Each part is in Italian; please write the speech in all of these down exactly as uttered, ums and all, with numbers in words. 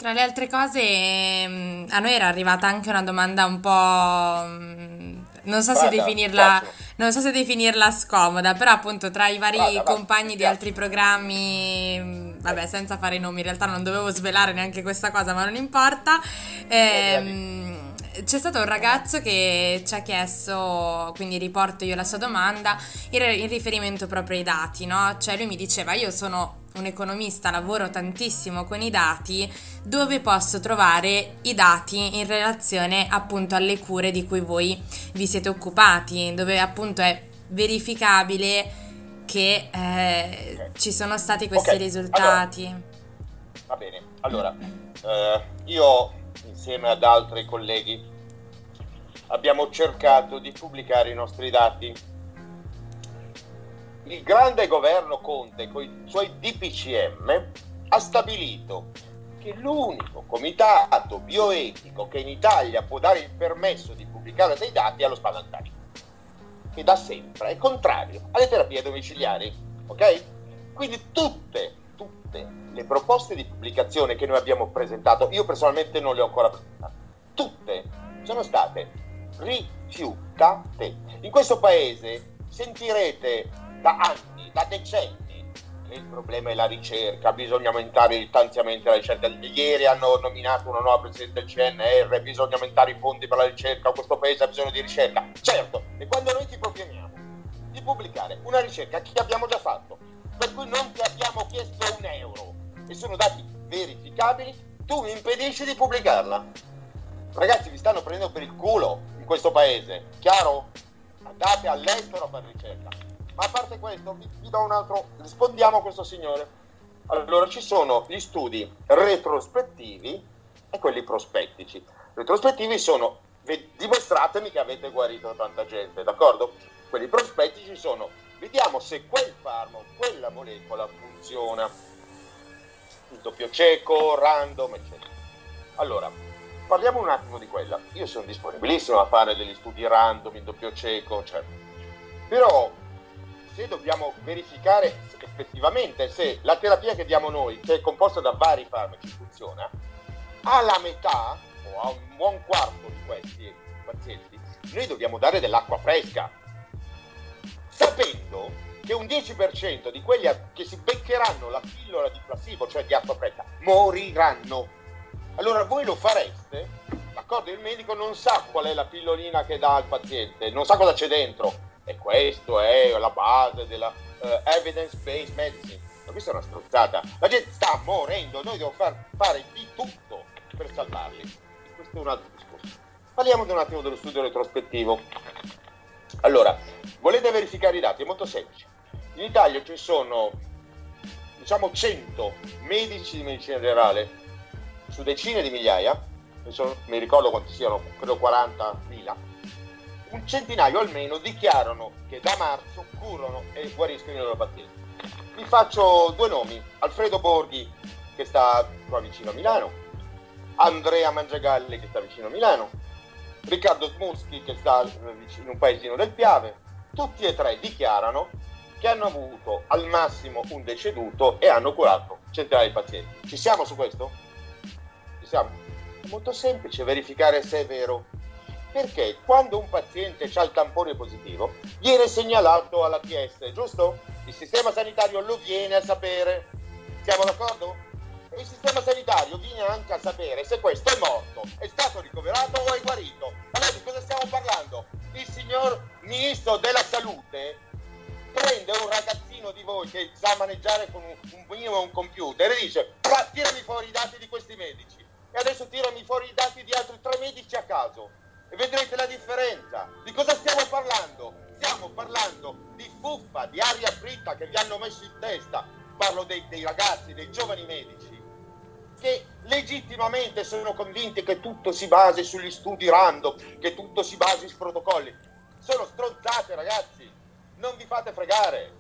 Tra le altre cose, ehm, a noi era arrivata anche una domanda un po', mm, non so se Prata, definirla, piacciono. non so se definirla scomoda, però appunto tra i vari Prata, vai, mi compagni di piace. altri programmi, mm, Sì, vabbè, senza fare i nomi, in realtà non dovevo svelare neanche questa cosa, ma non importa. vedi, vedi. ehm, C'è stato un ragazzo che ci ha chiesto, quindi riporto io la sua domanda, in, in riferimento proprio ai dati, no? Cioè lui mi diceva, io sono un economista, lavoro tantissimo con i dati, dove posso trovare i dati in relazione appunto alle cure di cui voi vi siete occupati, dove appunto è verificabile che Ok, eh, ci sono stati questi ok, allora, risultati. va bene. Allora, eh, io insieme ad altri colleghi abbiamo cercato di pubblicare i nostri dati. Il grande governo Conte, con i suoi D P C M, ha stabilito che l'unico comitato bioetico che in Italia può dare il permesso di pubblicare dei dati è lo Spallanzani, che da sempre è contrario alle terapie domiciliari, ok? Quindi tutte, tutte le proposte di pubblicazione che noi abbiamo presentato, io personalmente non le ho ancora presentate, tutte sono state rifiutate. In questo paese sentirete da anni, da decenni, che il problema è la ricerca, bisogna aumentare i finanziamenti alla ricerca. Ieri hanno nominato una nuova presidente del C N R, bisogna aumentare i fondi per la ricerca, questo paese ha bisogno di ricerca. Certo, e quando noi ti proponiamo di pubblicare una ricerca che abbiamo già fatto, per cui non ti abbiamo chiesto un euro, e sono dati verificabili, tu mi impedisci di pubblicarla. Ragazzi, vi stanno prendendo per il culo in questo paese, chiaro? Andate all'estero per ricerca. Ma a parte questo, vi, vi do un altro, rispondiamo a questo signore. Allora, ci sono gli studi retrospettivi e quelli prospettici. Retrospettivi sono, dimostratemi che avete guarito tanta gente, d'accordo? Quelli prospettici sono, vediamo se quel farmaco, quella molecola funziona, il doppio cieco, random, eccetera. Allora, parliamo un attimo di quella. Io sono disponibilissimo a fare degli studi random in doppio cieco, cioè. Però se dobbiamo verificare effettivamente se la terapia che diamo noi, che è composta da vari farmaci, funziona, alla metà o a un buon quarto di questi pazienti noi dobbiamo dare dell'acqua fresca, sapendo che un dieci per cento di quelli che si beccheranno la pillola di placebo, cioè di acqua fresca, moriranno. Allora voi lo fareste, d'accordo? Il medico non sa qual è la pillolina che dà al paziente, non sa cosa c'è dentro, e questo è la base della uh, evidence-based medicine. Ma questa è una strozzata, la gente sta morendo, noi dobbiamo far, fare di tutto per salvarli. Questo è un altro discorso. Parliamo di un attimo dello studio retrospettivo. Allora, volete verificare i dati? È molto semplice. In Italia ci sono, diciamo, cento medici di medicina generale su decine di migliaia, mi ricordo quanti siano, credo quarantamila, un centinaio almeno dichiarano che da marzo curano e guariscono i loro pazienti. Vi faccio due nomi: Alfredo Borghi, che sta qua vicino a Milano, Andrea Mangiagalli, che sta vicino a Milano, Riccardo Smuschi, che sta in un paesino del Piave. Tutti e tre dichiarano che hanno avuto al massimo un deceduto e hanno curato centinaia di pazienti. Ci siamo su questo? Ci siamo? È molto semplice verificare se è vero, perché quando un paziente ha il tampone positivo viene segnalato alla P S, giusto? Il sistema sanitario lo viene a sapere, siamo d'accordo? E il sistema sanitario viene anche a sapere se questo è morto, è stato ricoverato o è guarito. Allora di cosa stiamo parlando? Il signor Ministro della Salute prende un ragazzino di voi che sa maneggiare con un, un minimo un computer e dice: "Ma tirami fuori i dati di questi medici e adesso tirami fuori i dati di altri tre medici a caso e vedrete la differenza." Di cosa stiamo parlando? Stiamo parlando di fuffa, di aria fritta che vi hanno messo in testa. Parlo dei, dei ragazzi, dei giovani medici che legittimamente sono convinti che tutto si basi sugli studi random, che tutto si basi su protocolli. Sono stronzate, ragazzi, non vi fate fregare.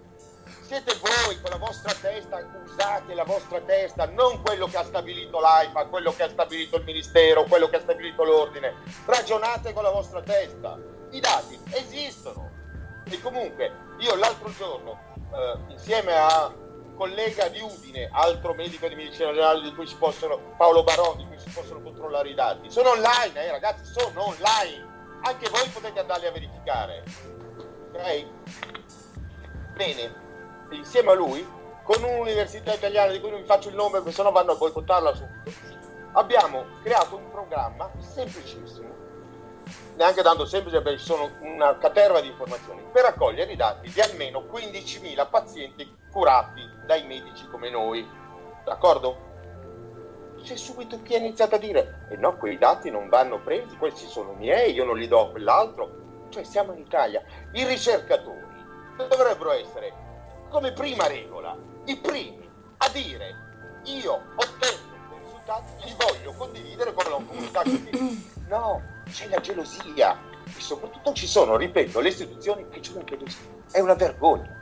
Siete voi con la vostra testa, usate la vostra testa, non quello che ha stabilito l'AIFA, quello che ha stabilito il Ministero, quello che ha stabilito l'ordine. Ragionate con la vostra testa. I dati esistono. E comunque, io l'altro giorno, eh, insieme a collega di Udine, altro medico di medicina generale di cui si possono, Paolo Baroni, di cui si possono controllare i dati. Sono online, eh ragazzi, sono online. Anche voi potete andarli a verificare. Ok? Bene, insieme a lui, con un'università italiana di cui non vi faccio il nome perché sennò vanno a boicottarla subito, abbiamo creato un programma semplicissimo, neanche tanto semplice perché ci sono una caterva di informazioni, per raccogliere i dati di almeno quindicimila pazienti curati dai medici come noi, d'accordo? C'è subito chi ha iniziato a dire e eh no, quei dati non vanno presi, questi sono miei, io non li do a quell'altro. Cioè siamo in Italia, i ricercatori dovrebbero essere come prima regola i primi a dire io ottengo i risultati, li voglio condividere con la comunità così. No, c'è la gelosia e soprattutto ci sono, ripeto, le istituzioni che ci sono gelosia. È una vergogna.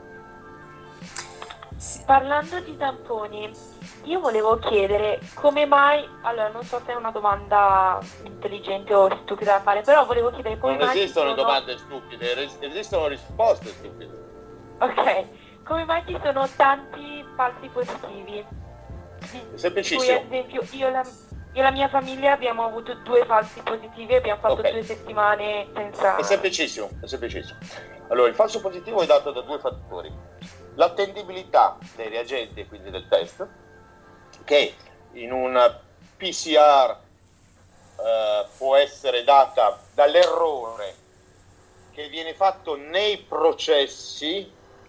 Parlando di tamponi, io volevo chiedere come mai, allora non so se è una domanda intelligente o stupida da fare, però volevo chiedere come non mai... Non esistono sono... domande stupide, esistono risposte stupide. Ok, come mai ci sono tanti falsi positivi? È semplicissimo. Cui, ad esempio, io e la, io e la mia famiglia abbiamo avuto due falsi positivi e abbiamo fatto okay. due settimane senza... È semplicissimo, è semplicissimo. Allora, il falso positivo è dato da due fattori. L'attendibilità dei reagenti e quindi del test, che in un P C R eh, può essere data dall'errore che viene fatto nei processi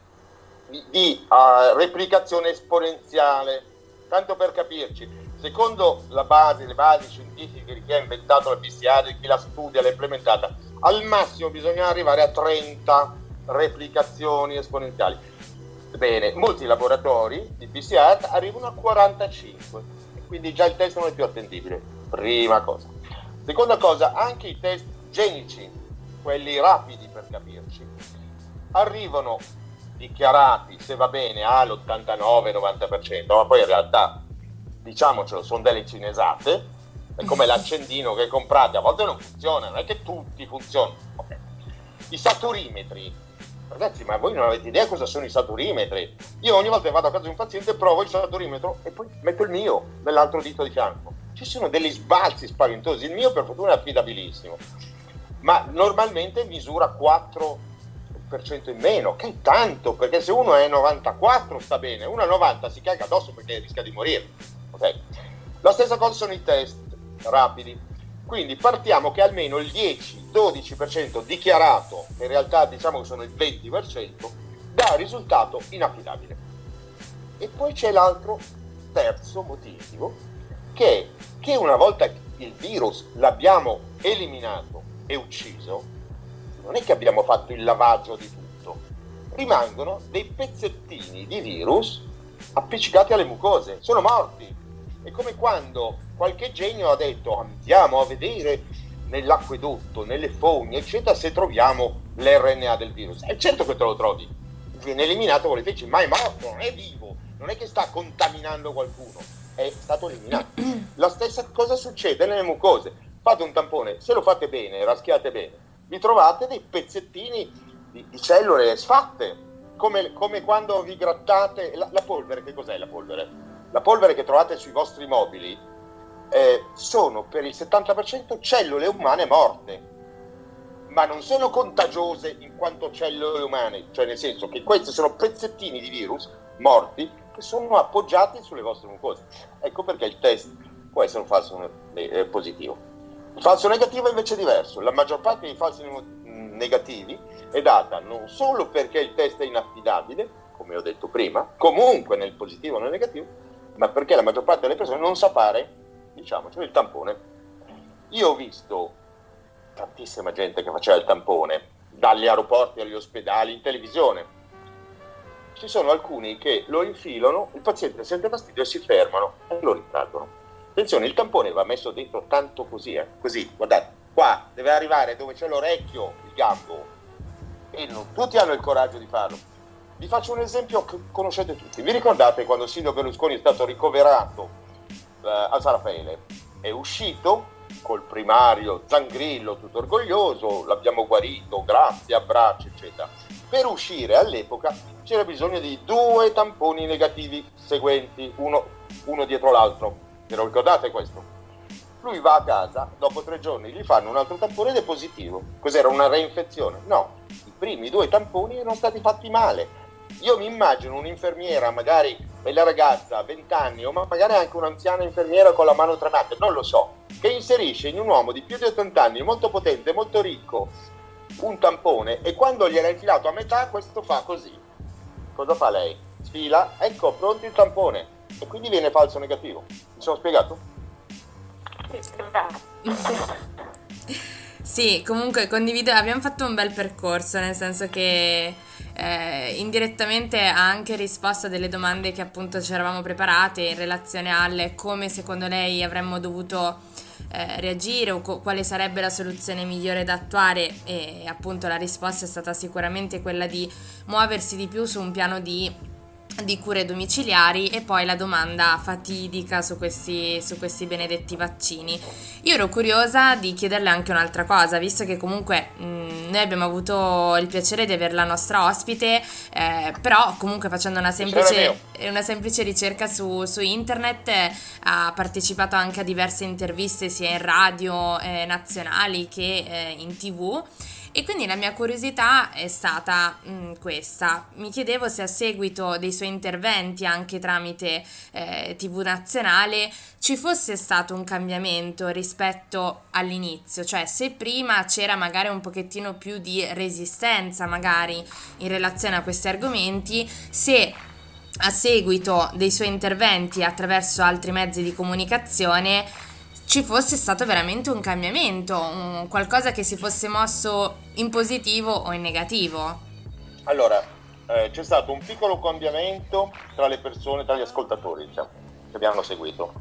di, di uh, replicazione esponenziale. Tanto per capirci, secondo la base, le basi scientifiche di chi ha inventato la P C R, di chi la studia, l'ha implementata, al massimo bisogna arrivare a trenta replicazioni esponenziali. Bene, molti laboratori di P C R arrivano a quarantacinque, quindi già il test non è più attendibile, prima cosa. Seconda cosa, anche i test genici, quelli rapidi per capirci, arrivano dichiarati, se va bene, all'ottantanove novanta per cento, ma poi in realtà, diciamocelo, sono delle cinesate, è come l'accendino che comprate, a volte non funziona, non è che tutti funzionano. Okay. I saturimetri, ragazzi, ma voi non avete idea cosa sono i saturimetri? Io ogni volta che vado a casa di un paziente provo il saturimetro e poi metto il mio nell'altro dito di fianco. Ci sono degli sbalzi spaventosi, il mio per fortuna è affidabilissimo, ma normalmente misura quattro per cento in meno, che è tanto, perché se uno è novantaquattro sta bene, uno è novanta si caga addosso perché rischia di morire. Okay. La stessa cosa sono i test rapidi, quindi partiamo che almeno il dieci dodici per cento dichiarato, in realtà diciamo che sono il venti per cento, dà risultato inaffidabile. E poi c'è l'altro terzo motivo, che è che una volta il virus l'abbiamo eliminato e ucciso, non è che abbiamo fatto il lavaggio di tutto, rimangono dei pezzettini di virus appiccicati alle mucose, sono morti. È come quando qualche genio ha detto andiamo a vedere nell'acquedotto, nelle fogne, eccetera, se troviamo l'R N A del virus. E certo che te lo trovi, viene eliminato con le feci, ma è morto, non è vivo, non è che sta contaminando qualcuno, è stato eliminato. La stessa cosa succede nelle mucose. Fate un tampone, se lo fate bene, raschiate bene, vi trovate dei pezzettini di, di cellule sfatte, come, come quando vi grattate la, la polvere. Che cos'è la polvere? La polvere che trovate sui vostri mobili eh, sono per il settanta per cento cellule umane morte, ma non sono contagiose in quanto cellule umane, cioè nel senso che questi sono pezzettini di virus morti che sono appoggiati sulle vostre mucose. Ecco perché il test può essere un falso eh, positivo. Il falso negativo invece è diverso. La maggior parte dei falsi negativi è data non solo perché il test è inaffidabile, come ho detto prima, comunque nel positivo o nel negativo, ma perché la maggior parte delle persone non sa fare, diciamo, cioè il tampone. Io ho visto tantissima gente che faceva il tampone, dagli aeroporti agli ospedali, in televisione. Ci sono alcuni che lo infilano, il paziente sente fastidio e si fermano e lo ritraggono. Attenzione, il tampone va messo dentro tanto così, eh, così, guardate, qua deve arrivare dove c'è l'orecchio, il gambo, e non tutti hanno il coraggio di farlo. Vi faccio un esempio che conoscete tutti. Vi ricordate quando Silvio Berlusconi è stato ricoverato eh, a San Raffaele? È uscito col primario Zangrillo, tutto orgoglioso, l'abbiamo guarito, grazie, abbracci, eccetera. Per uscire all'epoca c'era bisogno di due tamponi negativi seguenti, uno, uno dietro l'altro. Ve lo ricordate questo? Lui va a casa, dopo tre giorni gli fanno un altro tampone ed è positivo. Cos'era, una reinfezione? No, i primi due tamponi erano stati fatti male. Io mi immagino un'infermiera, magari bella ragazza, venti anni, o magari anche un'anziana infermiera con la mano tremante, non lo so, che inserisce in un uomo di più di ottanta anni, molto potente, molto ricco, un tampone, e quando gliel'ha infilato a metà, questo fa così. Cosa fa lei? Sfila, ecco, pronto il tampone, e quindi viene falso negativo. Mi sono spiegato? Sì, comunque condivido, abbiamo fatto un bel percorso, nel senso che eh, indirettamente ha anche risposto a delle domande che appunto ci eravamo preparate in relazione alle come secondo lei avremmo dovuto eh, reagire o co- quale sarebbe la soluzione migliore da attuare, e appunto la risposta è stata sicuramente quella di muoversi di più su un piano di di cure domiciliari, e poi la domanda fatidica su questi, su questi benedetti vaccini. Io ero curiosa di chiederle anche un'altra cosa, visto che comunque mh, noi abbiamo avuto il piacere di averla nostra ospite, eh, però comunque facendo una semplice, una semplice ricerca su, su internet eh, ha partecipato anche a diverse interviste sia in radio eh, nazionali che eh, in tv. E quindi la mia curiosità è stata mh, questa. Mi chiedevo se a seguito dei suoi interventi anche tramite eh, tivù nazionale ci fosse stato un cambiamento rispetto all'inizio, cioè se prima c'era magari un pochettino più di resistenza magari in relazione a questi argomenti, se a seguito dei suoi interventi attraverso altri mezzi di comunicazione ci fosse stato veramente un cambiamento, un qualcosa che si fosse mosso in positivo o in negativo. Allora, eh, c'è stato un piccolo cambiamento tra le persone, tra gli ascoltatori, diciamo, che mi hanno seguito,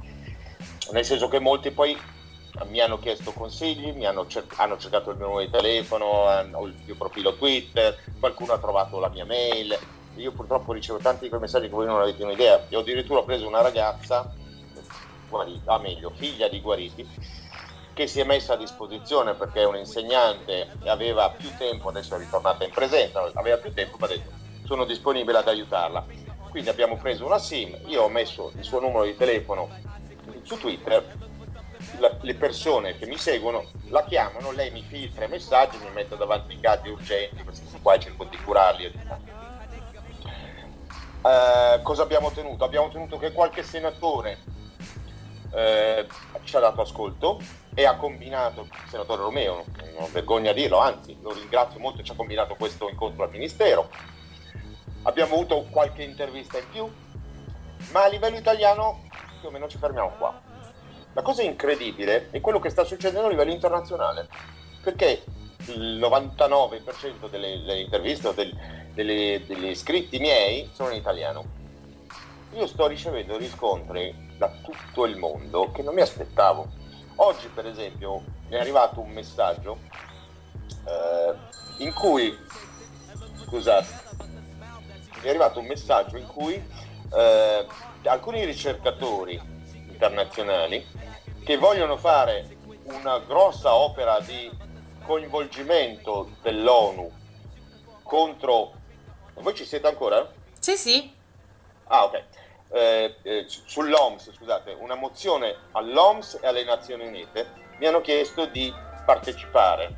nel senso che molti poi mi hanno chiesto consigli, mi hanno, cer- hanno cercato il mio numero di telefono, hanno il mio profilo Twitter, qualcuno ha trovato la mia mail. Io purtroppo ricevo tanti di quei messaggi che voi non avete un'idea. Io addirittura ho preso una ragazza guarita, ah, meglio, figlia di guariti, che si è messa a disposizione perché è un insegnante e aveva più tempo, adesso è ritornata in presenza, aveva più tempo, mi ha detto sono disponibile ad aiutarla. Quindi abbiamo preso una SIM, io ho messo il suo numero di telefono su Twitter, la, le persone che mi seguono la chiamano, lei mi filtra i messaggi, mi mette davanti i casi urgenti, questi qua cerco di curarli. Eh, cosa abbiamo ottenuto? Abbiamo ottenuto che qualche senatore Eh, ci ha dato ascolto e ha combinato, il senatore Romeo, non vergogna a dirlo, anzi lo ringrazio molto, ci ha combinato questo incontro al Ministero. Abbiamo avuto qualche intervista in più, ma a livello italiano più o meno ci fermiamo qua. La cosa incredibile è quello che sta succedendo a livello internazionale, perché il novantanove per cento delle, delle interviste o del, delle, degli iscritti miei sono in italiano. Io sto ricevendo riscontri da tutto il mondo che non mi aspettavo. Oggi, per esempio, mi è arrivato un messaggio eh, in cui, scusate, mi è arrivato un messaggio in cui eh, alcuni ricercatori internazionali che vogliono fare una grossa opera di coinvolgimento dell'ONU contro... Voi ci siete ancora? Sì, sì. Ah, ok. Eh, eh, sull'O M S, scusate, una mozione all'O M S e alle Nazioni Unite mi hanno chiesto di partecipare.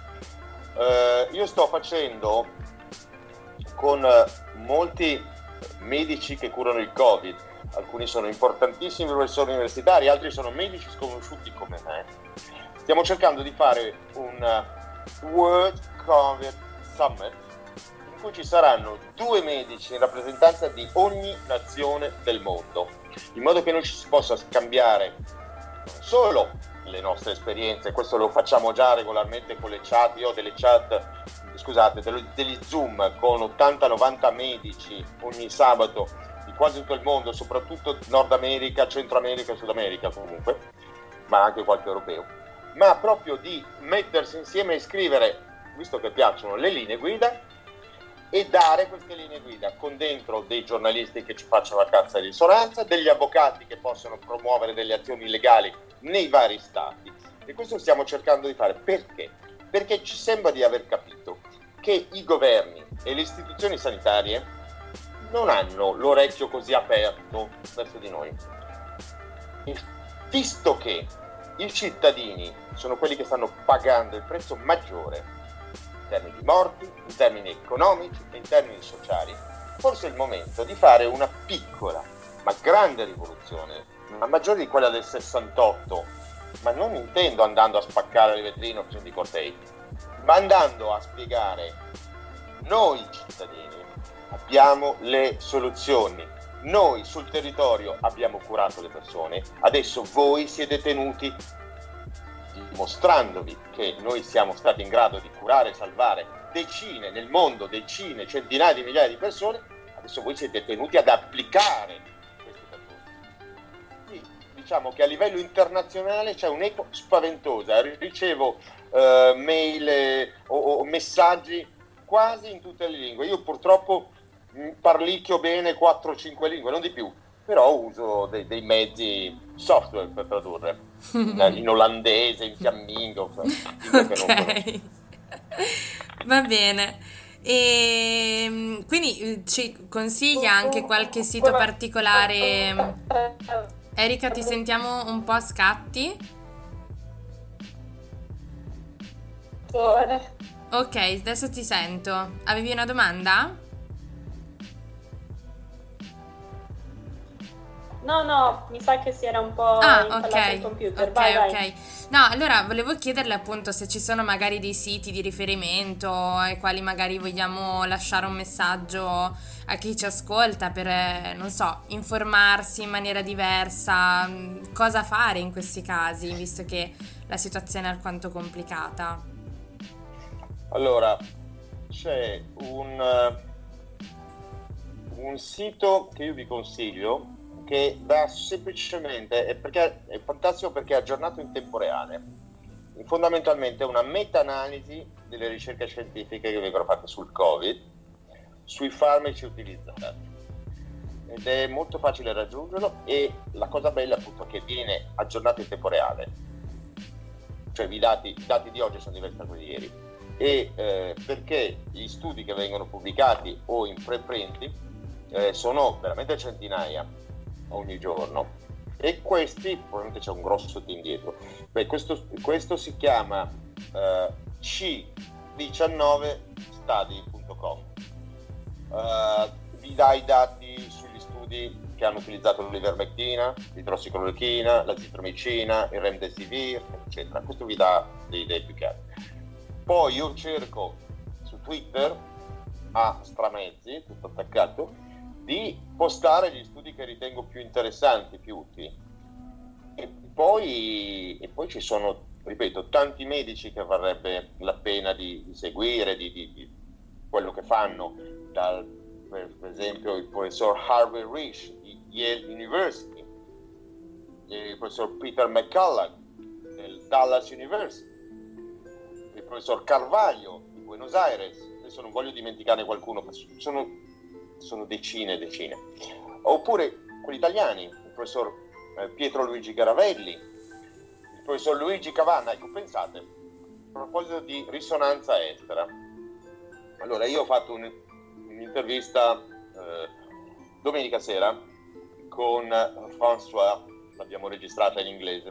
Eh, io sto facendo con molti medici che curano il Covid, alcuni sono importantissimi professori universitari, altri sono medici sconosciuti come me. Stiamo cercando di fare un World Covid Summit in cui ci saranno due medici in rappresentanza di ogni nazione del mondo, in modo che noi ci si possa scambiare non solo le nostre esperienze, questo lo facciamo già regolarmente con le chat, io ho delle chat, scusate, degli Zoom con ottanta novanta medici ogni sabato di quasi tutto il mondo, soprattutto Nord America, Centro America e Sud America comunque, ma anche qualche europeo, ma proprio di mettersi insieme e scrivere, visto che piacciono le linee guida, e dare queste linee guida con dentro dei giornalisti che ci facciano la cazza di risonanza, degli avvocati che possono promuovere delle azioni legali nei vari stati. E questo stiamo cercando di fare. Perché? Perché ci sembra di aver capito che i governi e le istituzioni sanitarie non hanno l'orecchio così aperto verso di noi. E visto che i cittadini sono quelli che stanno pagando il prezzo maggiore in termini di morti, in termini economici e in termini sociali, forse è il momento di fare una piccola ma grande rivoluzione, ma maggiore di quella del sessantotto, ma non intendo andando a spaccare le vetrine o facendo i cortei, ma andando a spiegare: noi cittadini abbiamo le soluzioni, noi sul territorio abbiamo curato le persone, adesso voi siete tenuti, dimostrandovi che noi siamo stati in grado di curare e salvare decine nel mondo, decine, centinaia di migliaia di persone, adesso voi siete tenuti ad applicare questi percorsi. Sì, diciamo che a livello internazionale c'è un'eco spaventosa, ricevo eh, mail eh, o, o messaggi quasi in tutte le lingue. Io purtroppo mh, parlicchio bene quattro o cinque lingue, non di più, però uso dei, dei mezzi software per tradurre, in olandese, in fiammingo, ok, che non va bene. E quindi ci consiglia anche qualche sito particolare? Erika, ti sentiamo un po' a scatti. Ok, adesso ti sento. Avevi una domanda? No, no, mi sa che si era un po' Ah, installato ok, il computer. ok, Vai, vai. ok. No, allora volevo chiederle appunto se ci sono magari dei siti di riferimento ai quali magari vogliamo lasciare un messaggio a chi ci ascolta per, eh, non so, informarsi in maniera diversa, mh, cosa fare in questi casi, visto che la situazione è alquanto complicata. Allora, c'è un, uh, un sito che io vi consiglio, che dà semplicemente, è, perché, è fantastico perché è aggiornato in tempo reale, fondamentalmente è una meta-analisi delle ricerche scientifiche che vengono fatte sul Covid, sui farmaci utilizzati, ed è molto facile raggiungerlo, e la cosa bella appunto è che viene aggiornato in tempo reale, cioè i dati, i dati di oggi sono diversi da quelli di ieri, e eh, perché gli studi che vengono pubblicati o in preprint eh, sono veramente centinaia ogni giorno, e questi probabilmente c'è un grosso team dietro. Beh, questo, questo si chiama uh, C diciannove study punto com. Uh, vi dà i dati sugli studi che hanno utilizzato l'ivermectina, l'idrossiclorochina, l'azitromicina, il remdesivir, eccetera. Questo vi dà delle idee più chiare. Poi io cerco su Twitter a Stramezzi, tutto attaccato, di postare gli studi che ritengo più interessanti, più utili. E poi, e poi ci sono, ripeto, tanti medici che varrebbe la pena di, di seguire, di, di, di quello che fanno, dal, per, per esempio il professor Harvey Risch di Yale University, il professor Peter McCullough del Dallas University, il professor Carvalho di Buenos Aires. Adesso non voglio dimenticarne qualcuno, sono sono decine e decine, oppure quelli italiani, il professor eh, Pietro Luigi Garavelli, il professor Luigi Cavanna. Ecco, pensate, a proposito di risonanza estera, allora io ho fatto un, un'intervista eh, domenica sera con François, l'abbiamo registrata in inglese,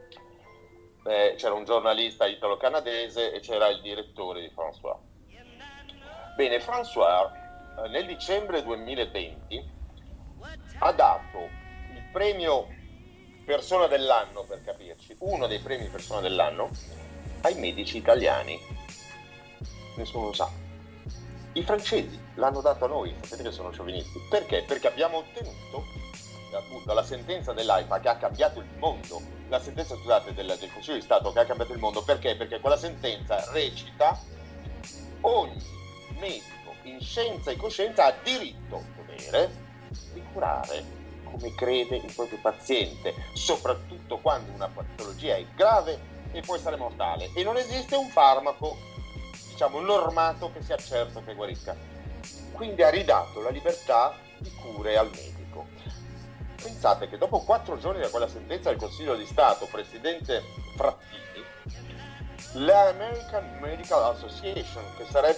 eh, c'era un giornalista italo-canadese e c'era il direttore di François. Bene, François nel dicembre duemilaventi ha dato il premio persona dell'anno, per capirci, uno dei premi persona dell'anno ai medici italiani. Nessuno lo sa. I francesi l'hanno dato a noi, sapete che sono sciovinisti. Perché? Perché abbiamo ottenuto appunto la sentenza dell'AIFA che ha cambiato il mondo, la sentenza, scusate, del, del Consiglio di Stato che ha cambiato il mondo. Perché? Perché quella sentenza recita: ogni medico in scienza e coscienza ha diritto, dovere, di curare come crede il proprio paziente, soprattutto quando una patologia è grave e può essere mortale e non esiste un farmaco, diciamo, normato che sia certo che guarisca. Quindi ha ridato la libertà di cure al medico. Pensate che dopo quattro giorni da quella sentenza del Consiglio di Stato, presidente Frattini, l'American Medical Association, che sarebbe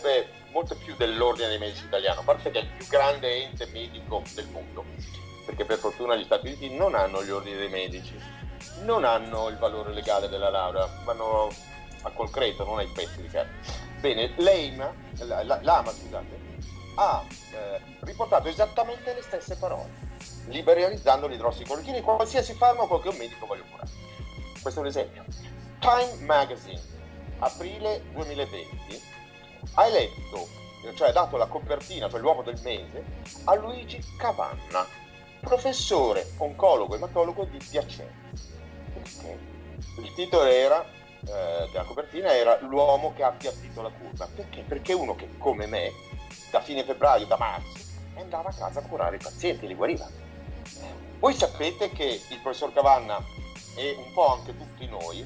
molto più dell'Ordine dei Medici italiano, a parte che è il più grande ente medico del mondo, perché per fortuna gli Stati Uniti non hanno gli ordini dei medici, non hanno il valore legale della laurea, vanno a concreto, non ai pezzi di carta. Bene, l'EIMA, l'AMA, scusate, ha eh, riportato esattamente le stesse parole, liberalizzando l'idrossiclorochina in qualsiasi farmaco che un medico voglia curare. Questo è un esempio. Time Magazine, aprile duemilaventi, ha eletto, cioè ha dato la copertina, cioè l'uomo del mese, a Luigi Cavanna, professore oncologo e ematologo di Piacenza. Perché? Il titolo era, eh, della copertina era l'uomo che ha appiattito la curva. Perché? Perché uno che, come me, da fine febbraio, da marzo, andava a casa a curare i pazienti e li guariva. Voi sapete che il professor Cavanna e un po' anche tutti noi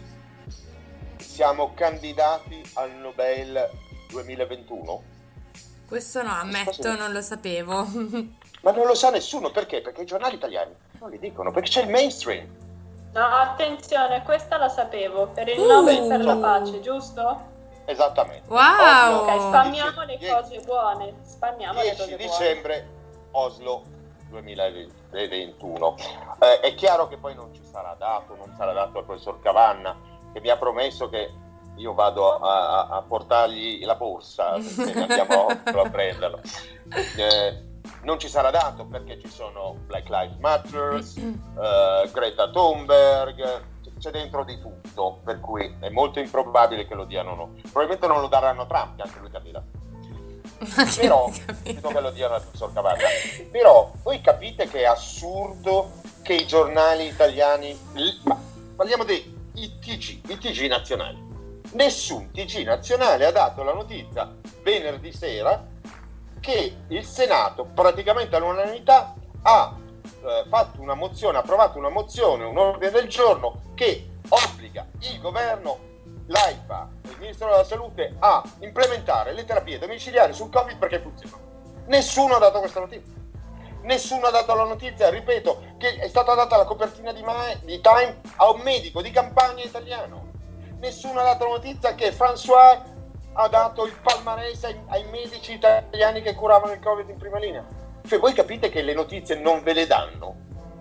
siamo candidati al Nobel duemilaventuno? Questo no, ammetto, non lo sapevo. Ma non lo sa nessuno, perché? Perché i giornali italiani non li dicono, perché c'è il mainstream. No, attenzione, questa la sapevo, per il Uh. Nobel per la pace, giusto? Esattamente. Wow! Ok, spammiamo le dieci cose buone, spammiamo le cose dieci buone. dicembre, Oslo duemilaventuno. Eh, è chiaro che poi non ci sarà dato, non sarà dato al professor Cavanna, che mi ha promesso che io vado a, a, a portargli la borsa, perché andiamo a prenderlo. Eh, non ci sarà dato perché ci sono Black Lives Matter, eh, Greta Thunberg, c'è dentro di tutto, per cui è molto improbabile che lo diano. No. Probabilmente non lo daranno a Trump, che anche lui capirà. Però credo che lo diano al professor Cavanna. Però voi capite che è assurdo che i giornali italiani, ma parliamo dei i T G, i T G nazionali, nessun T G nazionale ha dato la notizia venerdì sera che il Senato praticamente all'unanimità ha eh, fatto una mozione, ha approvato una mozione, un ordine del giorno che obbliga il governo, l'AIFA e il Ministero della Salute a implementare le terapie domiciliari sul Covid perché funzionano. Nessuno ha dato questa notizia. Nessuno ha dato la notizia, ripeto, che è stata data la copertina di, Ma- di Time a un medico di campagna italiano. Nessuno ha dato la notizia che François ha dato il palmarès ai, ai medici italiani che curavano il Covid in prima linea. Cioè, voi capite che le notizie non ve le danno?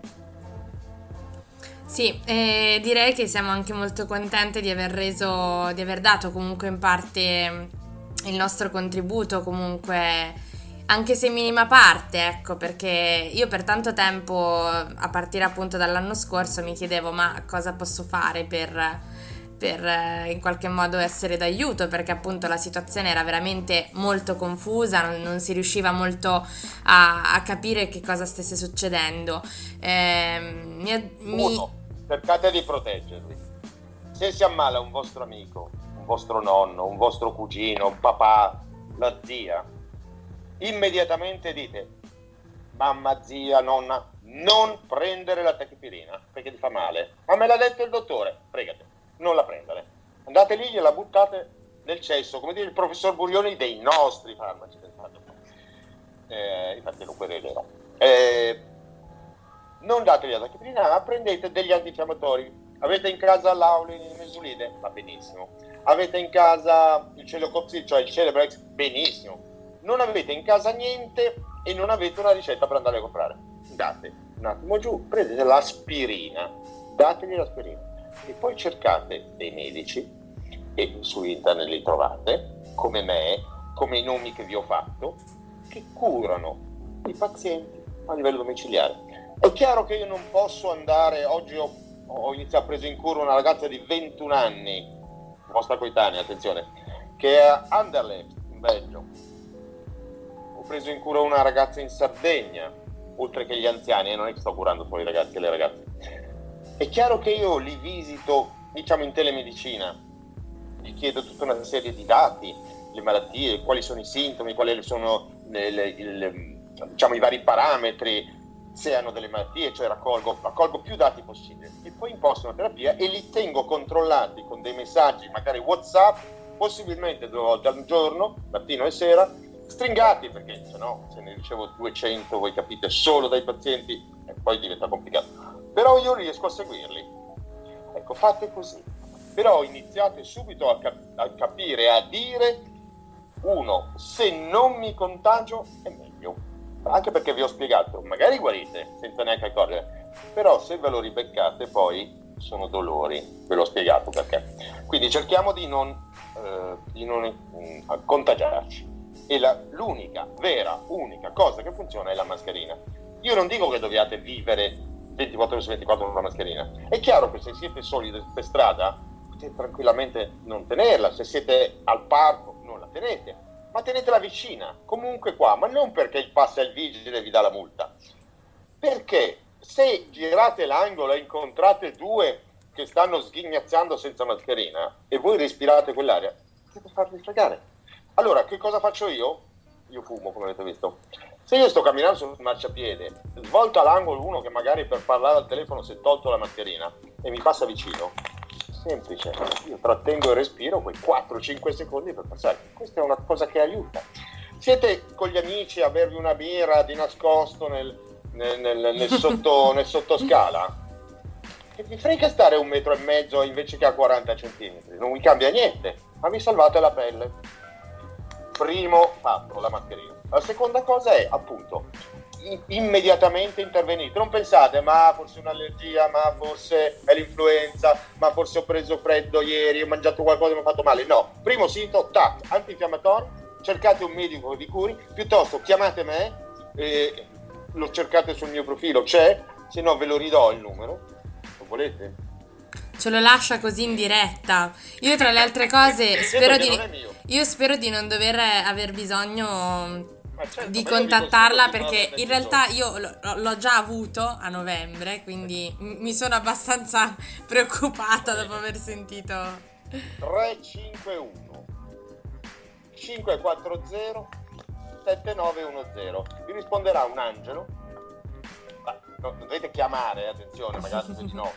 Sì, e direi che siamo anche molto contenti di aver reso, di aver dato comunque in parte il nostro contributo, comunque anche se in minima parte, ecco, perché io per tanto tempo, a partire appunto dall'anno scorso, mi chiedevo ma cosa posso fare per, per eh, in qualche modo essere d'aiuto, perché appunto la situazione era veramente molto confusa, non, non si riusciva molto a, a capire che cosa stesse succedendo. Eh, mi, mi... Uno, cercate di proteggervi. Se si ammala un vostro amico, un vostro nonno, un vostro cugino, un papà, la zia, immediatamente dite: mamma, zia, nonna, non prendere la tachipirina perché ti fa male. Ma me l'ha detto il dottore, fregate, non la prendere. Andate lì e la buttate nel cesso, come dire il professor Burioni dei nostri farmaci. Eh, infatti lo querelerò. Eh, non dategli la tachipirina, ma prendete degli antinfiammatori. Avete in casa l'Aulin mesulide? Va benissimo. Avete in casa il Celecoxib, cioè il Celebrex? Benissimo. Non avete in casa niente e non avete una ricetta per andare a comprare, date un attimo giù, prendete l'aspirina, dategli l'aspirina e poi cercate dei medici, e su internet li trovate, come me, come i nomi che vi ho fatto, che curano i pazienti a livello domiciliare. È chiaro che io non posso andare, oggi ho, ho iniziato a prendere in cura una ragazza di ventuno anni, vostra coetanea, attenzione, che è a Anderlecht, in Belgio. Ho preso in cura una ragazza in Sardegna, oltre che gli anziani, e non è che sto curando solo i ragazzi e le ragazze. È chiaro che io li visito, diciamo, in telemedicina, gli chiedo tutta una serie di dati, le malattie, quali sono i sintomi, quali sono le, le, le, diciamo, i vari parametri, se hanno delle malattie, cioè raccolgo, raccolgo più dati possibili e poi imposto una terapia e li tengo controllati con dei messaggi, magari WhatsApp, possibilmente due volte al giorno, mattino e sera, stringati, perché se no se ne ricevo duecento, voi capite, solo dai pazienti e poi diventa complicato, però io riesco a seguirli. Ecco, fate così, però iniziate subito a, cap- a capire, a dire Uno, se non mi contagio è meglio, anche perché vi ho spiegato, magari guarite senza neanche accorgere, però se ve lo ribeccate poi sono dolori, ve l'ho spiegato perché. Quindi cerchiamo di non, eh, di non eh, contagiarci. E la, l'unica, vera, unica cosa che funziona è la mascherina. Io non dico che dobbiate vivere ventiquattro ore su ventiquattro con la mascherina. È chiaro che se siete soli per strada potete tranquillamente non tenerla, se siete al parco non la tenete, ma tenetela vicina, comunque qua, ma non perché il passa il vigile e vi dà la multa, perché se girate l'angolo e incontrate due che stanno sghignazzando senza mascherina e voi respirate quell'aria, potete farvi fregare. Allora, che cosa faccio io? Io fumo, come avete visto. Se io sto camminando sul marciapiede, svolta l'angolo uno che magari per parlare al telefono si è tolto la mascherina e mi passa vicino, semplice, io trattengo il respiro quei quattro cinque secondi per passare. Questa è una cosa che aiuta. Siete con gli amici a bervi una birra di nascosto nel, nel, nel, nel, sotto, nel sottoscala, che vi frega stare un metro e mezzo invece che a quaranta centimetri, non vi cambia niente, ma vi salvate la pelle. Primo fatto, la mascherina. La seconda cosa è, appunto, immediatamente intervenite. Non pensate, ma forse è un'allergia, ma forse è l'influenza, ma forse ho preso freddo ieri, ho mangiato qualcosa e mi ha fatto male. No, primo sintomo, tac, antinfiammatorio, cercate un medico che vi curi, piuttosto chiamate me, eh, lo cercate sul mio profilo, c'è, se no ve lo ridò il numero, lo volete? Ce lo lascia così in diretta. Io tra le altre cose spero di... Io spero di non dover aver bisogno certo, di contattarla perché in realtà io l'ho già avuto a novembre, quindi mi sono abbastanza preoccupata dopo aver sentito. tre cinque uno cinque quattro zero sette nove uno zero. Vi risponderà un angelo. Ma non dovete chiamare, attenzione, magari di no.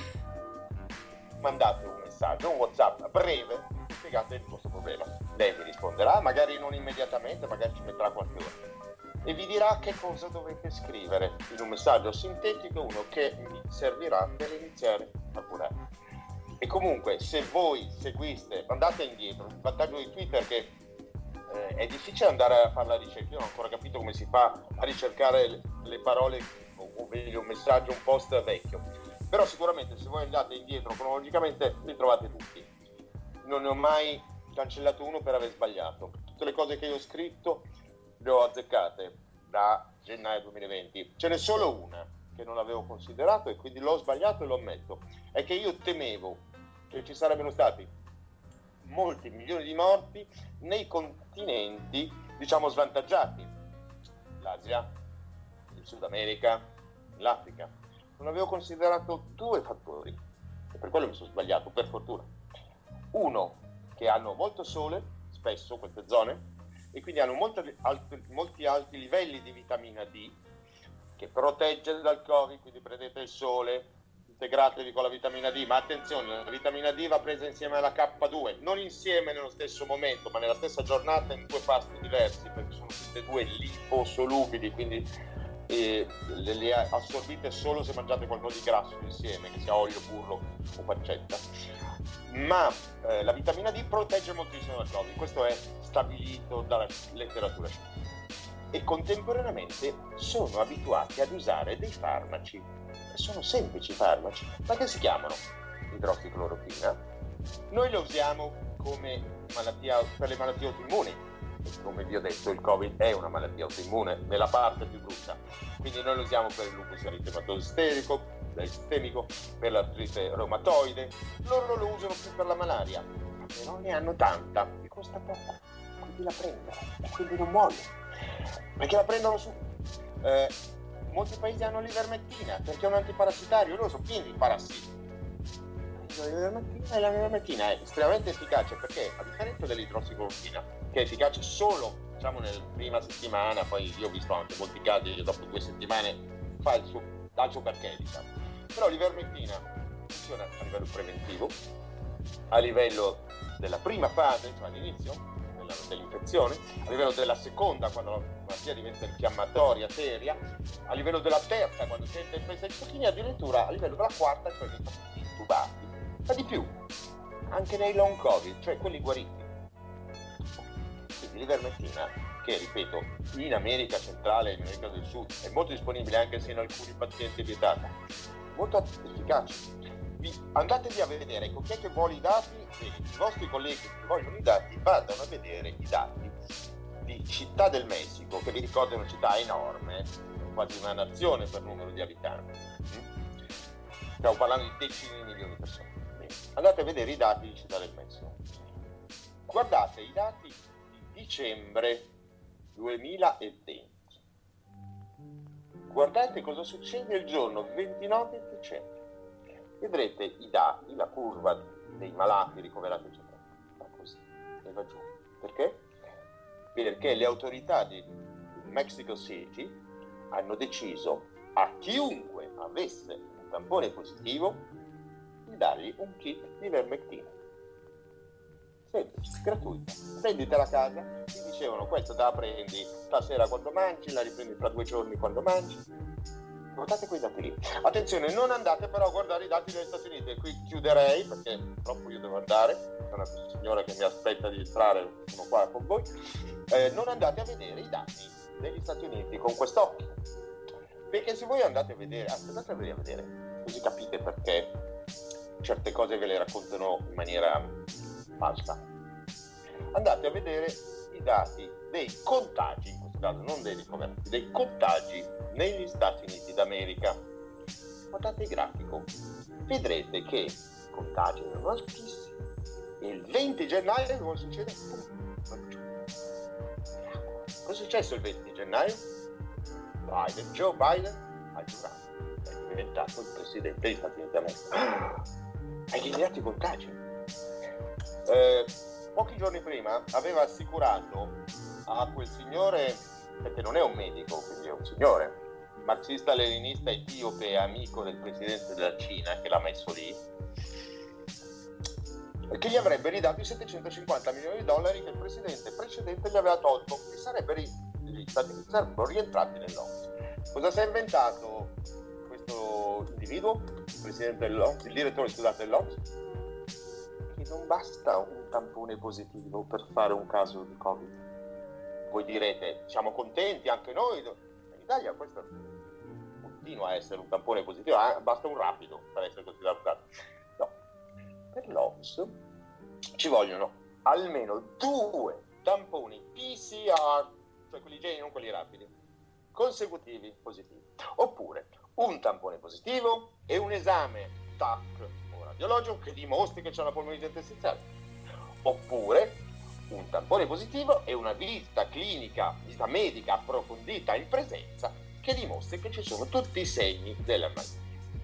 Mandate un messaggio, un WhatsApp breve, spiegate il vostro problema. Lei vi risponderà, magari non immediatamente, magari ci metterà qualche ora, e vi dirà che cosa dovete scrivere in un messaggio sintetico, uno che vi servirà per iniziare a curare. E comunque, se voi seguiste, andate indietro. Il vantaggio di Twitter è che eh, è difficile andare a fare la ricerca. Io non ho ancora capito come si fa a ricercare le, le parole, o, o meglio un messaggio, un post vecchio. Però sicuramente se voi andate indietro cronologicamente li trovate tutti. Non ne ho mai cancellato uno per aver sbagliato. Tutte le cose che io ho scritto le ho azzeccate da gennaio duemilaventi. Ce n'è solo una che non avevo considerato e quindi l'ho sbagliato e lo ammetto. È che io temevo che ci sarebbero stati molti milioni di morti nei continenti, diciamo, svantaggiati. L'Asia, il Sud America, l'Africa. Non avevo considerato due fattori e per quello mi sono sbagliato, per fortuna. Uno, che hanno molto sole, spesso queste zone, e quindi hanno molti alti, molti alti livelli di vitamina D, che protegge dal Covid, quindi prendete il sole, integratevi con la vitamina D, ma attenzione, la vitamina D va presa insieme alla K due, non insieme nello stesso momento, ma nella stessa giornata in due pasti diversi, perché sono tutte e due liposolubili, quindi e le, le assorbite solo se mangiate qualcosa di grasso insieme, che sia olio, burro o pancetta. Ma eh, la vitamina D protegge moltissimo dal Covid, questo è stabilito dalla letteratura scientifica, e contemporaneamente sono abituati ad usare dei farmaci, sono semplici farmaci, ma che si chiamano idrossiclorochina. Noi lo usiamo come malattia, per le malattie autoimmuni. Come vi ho detto, il Covid è una malattia autoimmune nella parte più brutta, quindi noi lo usiamo per il lupus eritematoso sistemico, sistemico, per l'artrite reumatoide. Loro lo usano più per la malaria, però ne hanno tanta e costa poco, quindi la prendono e quindi non muoiono, perché la prendono su. Eh, molti paesi hanno l'ivermectina perché è un antiparassitario, loro sono pieni di parassiti. L'ivermectina e la ivermectina è estremamente efficace perché, a differenza dell'idrossiclorochina, che è efficace solo, diciamo, nella prima settimana, poi io ho visto anche molti casi che dopo due settimane fa il suo, dà il suo perché, diciamo. Però l'ivermectina funziona a livello preventivo, a livello della prima fase, cioè all'inizio della, dell'infezione, a livello della seconda, quando la malattia diventa infiammatoria seria, a livello della terza, quando c'è influenza di zucchini, addirittura a livello della quarta, cioè dei pazienti intubati. Ma di più, anche nei long covid, cioè quelli guariti. l'ivermectina, che ripeto, in America centrale e in America del Sud è molto disponibile anche se in alcuni pazienti è vietata, molto efficace. Vi, andatevi a vedere con chi è che vuole i dati, e i vostri colleghi che vogliono i dati vadano a vedere i dati di Città del Messico, che vi ricordo è una città enorme, quasi una nazione per numero di abitanti. Stiamo parlando di decine di milioni di persone. Andate a vedere i dati di Città del Messico. Guardate i dati di dicembre duemilaventi. Guardate cosa succede il giorno ventinove dicembre. Vedrete i dati, la curva dei malati ricoverati, eccetera. Va così e va giù. Perché? Perché le autorità di Mexico City hanno deciso a chiunque avesse un tampone positivo di dargli un kit di ivermectina. Semplice, gratuito. Prenditela a casa, ti dicevano questo te la prendi stasera quando mangi, la riprendi tra due giorni quando mangi. Guardate quei dati lì. Attenzione, non andate però a guardare i dati degli Stati Uniti, e qui chiuderei perché purtroppo io devo andare, c'è una signora che mi aspetta di entrare, sono qua con voi. Eh, non andate a vedere i dati degli Stati Uniti con quest'occhio, perché se voi andate a vedere, anzi, andate a vedere, così capite perché certe cose ve le raccontano in maniera falsa. Andate a vedere i dati dei contagi, in questo caso non dei ricoverati, dei contagi negli Stati Uniti d'America. Guardate il grafico, vedrete che i contagi erano altissimi e il venti gennaio cosa succede? Cosa è successo il venti gennaio? Biden, Joe Biden ha giurato, è diventato il presidente degli Stati Uniti d'America. Ha eliminato i contagi. Eh, pochi giorni prima aveva assicurato a quel signore, perché non è un medico, quindi è un signore, marxista-leninista etiope, amico del presidente della Cina, che l'ha messo lì, che gli avrebbe ridato i settecentocinquanta milioni di dollari che il presidente precedente gli aveva tolto, e sarebbero, gli Stati Uniti sarebbero rientrati nell'O M S. Cosa si è inventato questo individuo, il presidente dell'O M S, il direttore scusate dell'O M S? Che non basta un tampone positivo per fare un caso di Covid. Voi direte, siamo contenti anche noi, in Italia questo continua a essere un tampone positivo, eh? Basta un rapido per essere considerato caso. No, per l'O M S ci vogliono almeno due tamponi P C R, cioè quelli igienici, non quelli rapidi, consecutivi positivi, oppure un tampone positivo e un esame T A C o radiologico che dimostri che c'è una polmonite interstiziale, oppure un tampone positivo e una visita clinica, visita medica approfondita in presenza che dimostri che ci sono tutti i segni della malattia.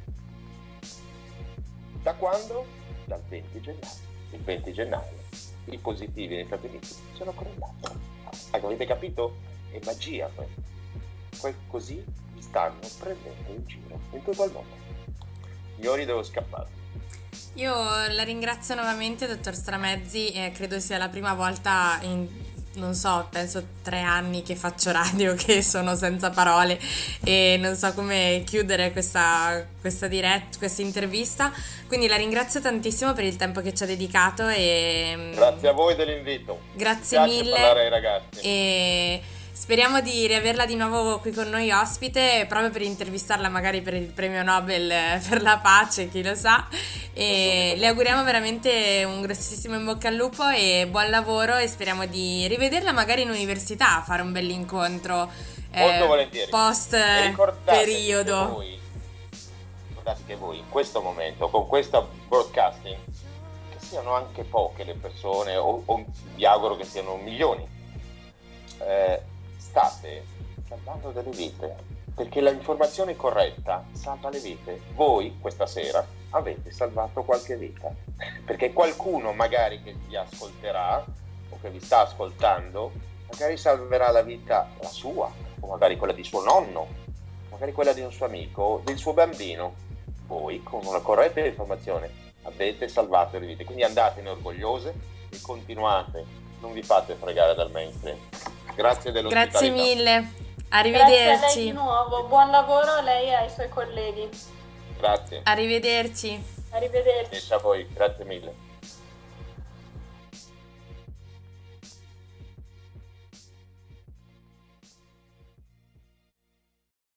Da quando? Dal venti gennaio. Il venti gennaio i positivi negli Stati Uniti sono correlati. Avete capito? È magia questa. Que- così vi stanno prendendo in giro in tutto il mondo. Signori, devo scappare. Io la ringrazio nuovamente, dottor Stramezzi, e credo sia la prima volta in, non so, penso tre anni che faccio radio, che sono senza parole e non so come chiudere questa, questa diretta, questa intervista, quindi la ringrazio tantissimo per il tempo che ci ha dedicato e grazie a voi dell'invito. Grazie Mi piace mille parlare ai ragazzi. E speriamo di riaverla di nuovo qui con noi ospite, proprio per intervistarla magari per il premio Nobel per la pace, chi lo sa, e le auguriamo veramente un grossissimo in bocca al lupo e buon lavoro, e speriamo di rivederla magari in università, fare un bell'incontro molto eh, volentieri post periodo. Voi, ricordate che voi in questo momento, con questo broadcasting, che siano anche poche le persone, o, o vi auguro che siano milioni, eh, state salvando delle vite, perché l'informazione corretta salva le vite. Voi questa sera avete salvato qualche vita, perché qualcuno magari che vi ascolterà o che vi sta ascoltando magari salverà la vita, la sua, o magari quella di suo nonno, magari quella di un suo amico, del suo bambino. Voi con una corretta informazione avete salvato le vite, quindi andatene orgogliose e continuate, non vi fate fregare dal mainstream. Grazie dell'ospitalità. Grazie mille, arrivederci. Grazie a lei di nuovo, buon lavoro a lei e ai suoi colleghi. Grazie. Arrivederci. Arrivederci. E a voi, grazie mille.